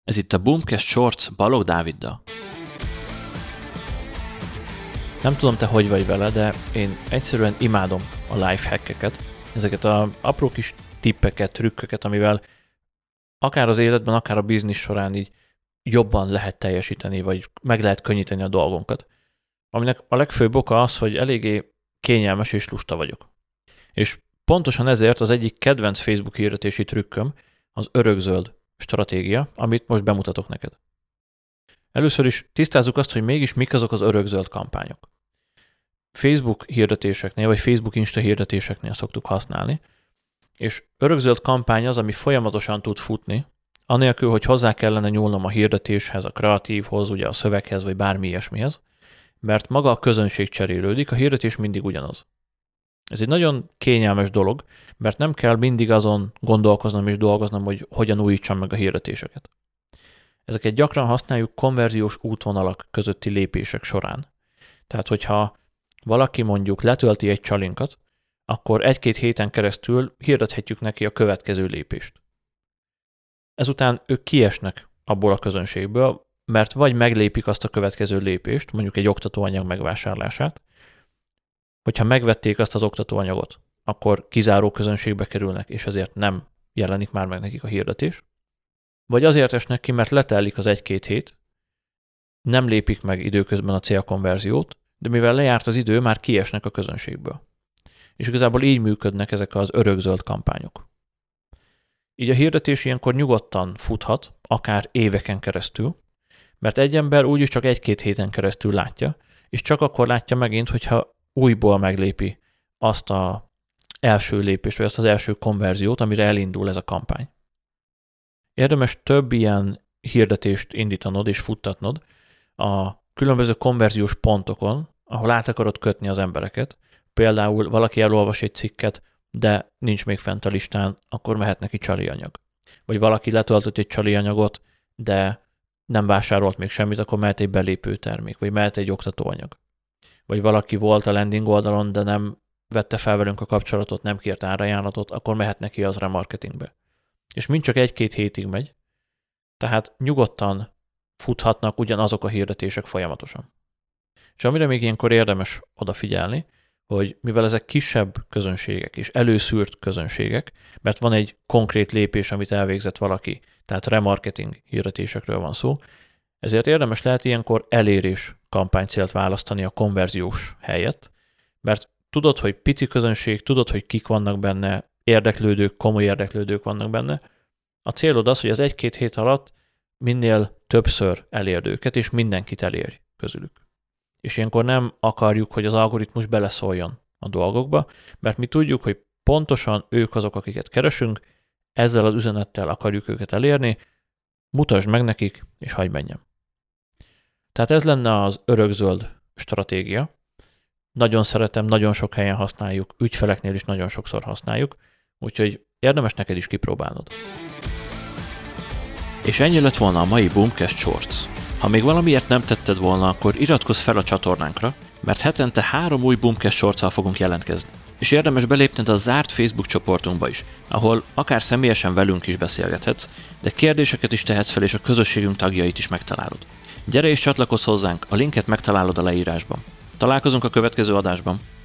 Ez itt a Boomcast Shorts Balogh Dáviddal. Nem tudom, te hogy vagy vele, de én egyszerűen imádom a lifehackeket, ezeket az apró kis tippeket, trükköket, amivel akár az életben, akár a biznisz során így jobban lehet teljesíteni, vagy meg lehet könnyíteni a dolgunkat. Aminek a legfőbb oka az, hogy eléggé kényelmes és lusta vagyok. És pontosan ezért az egyik kedvenc Facebook hirdetési trükköm az örökzöld stratégia, amit most bemutatok neked. Először is tisztázzuk azt, hogy mégis mik azok az örökzöld kampányok. Facebook hirdetéseknél, vagy Facebook Insta hirdetéseknél szoktuk használni, és örökzöld kampány az, ami folyamatosan tud futni, anélkül, hogy hozzá kellene nyúlnom a hirdetéshez, a kreatívhoz, ugye a szöveghez, vagy bármi ilyesmihez, mert maga a közönség cserélődik, a hirdetés mindig ugyanaz. Ez egy nagyon kényelmes dolog, mert nem kell mindig azon gondolkoznom és dolgoznom, hogy hogyan újítsam meg a hirdetéseket. Ezeket gyakran használjuk konverziós útvonalak közötti lépések során. Tehát, hogyha valaki mondjuk letölti egy csalinkat, akkor 1-2 héten keresztül hirdethetjük neki a következő lépést. Ezután ők kiesnek abból a közönségből, mert vagy meglépik azt a következő lépést, mondjuk egy oktatóanyag megvásárlását, hogyha megvették azt az oktatóanyagot, akkor kizáró közönségbe kerülnek, és ezért nem jelenik már meg nekik a hirdetés. Vagy azért esnek ki, mert letelik az 1-2 hét, nem lépik meg időközben a célkonverziót, de mivel lejárt az idő, már kiesnek a közönségből. És igazából így működnek ezek az örökzöld kampányok. Így a hirdetés ilyenkor nyugodtan futhat, akár éveken keresztül, mert egy ember úgyis csak 1-2 héten keresztül látja, és csak akkor látja megint, hogyha újból meglépi azt az első lépést, vagy azt az első konverziót, amire elindul ez a kampány. Érdemes több ilyen hirdetést indítanod és futtatnod a különböző konverziós pontokon, ahol át akarod kötni az embereket. Például valaki elolvas egy cikket, de nincs még fent a listán, akkor mehet neki csali anyag. Vagy valaki letöltött egy csali anyagot, de nem vásárolt még semmit, akkor mehet egy belépő termék, vagy mehet egy oktatóanyag. Vagy valaki volt a landing oldalon, de nem vette fel velünk a kapcsolatot, nem kért árajánlatot, akkor mehet neki az remarketingbe. És mind csak 1-2 hétig megy, tehát nyugodtan futhatnak ugyanazok a hirdetések folyamatosan. És amire még ilyenkor érdemes odafigyelni, hogy mivel ezek kisebb közönségek és előszűrt közönségek, mert van egy konkrét lépés, amit elvégzett valaki, tehát remarketing hirdetésekről van szó, ezért érdemes lehet ilyenkor elérés kampánycélt választani a konverziós helyett, mert tudod, hogy pici közönség, tudod, hogy kik vannak benne, érdeklődők, komoly érdeklődők vannak benne. A célod az, hogy az 1-2 hét alatt minél többször elérd őket, és mindenkit elérj közülük. És ilyenkor nem akarjuk, hogy az algoritmus beleszóljon a dolgokba, mert mi tudjuk, hogy pontosan ők azok, akiket keresünk, ezzel az üzenettel akarjuk őket elérni, mutasd meg nekik, és hagyj menjem. Tehát ez lenne az örökzöld stratégia. Nagyon szeretem, nagyon sok helyen használjuk, ügyfeleknél is nagyon sokszor használjuk, úgyhogy érdemes neked is kipróbálnod. És ennyi lett volna a mai Boomcast Shorts. Ha még valamiért nem tetted volna, akkor iratkozz fel a csatornánkra, mert hetente 3 új Boomcast Shortszal fogunk jelentkezni. És érdemes belépned a zárt Facebook csoportunkba is, ahol akár személyesen velünk is beszélgethetsz, de kérdéseket is tehetsz fel, és a közösségünk tagjait is megtalálod. Gyere és csatlakozz hozzánk, a linket megtalálod a leírásban. Találkozunk a következő adásban.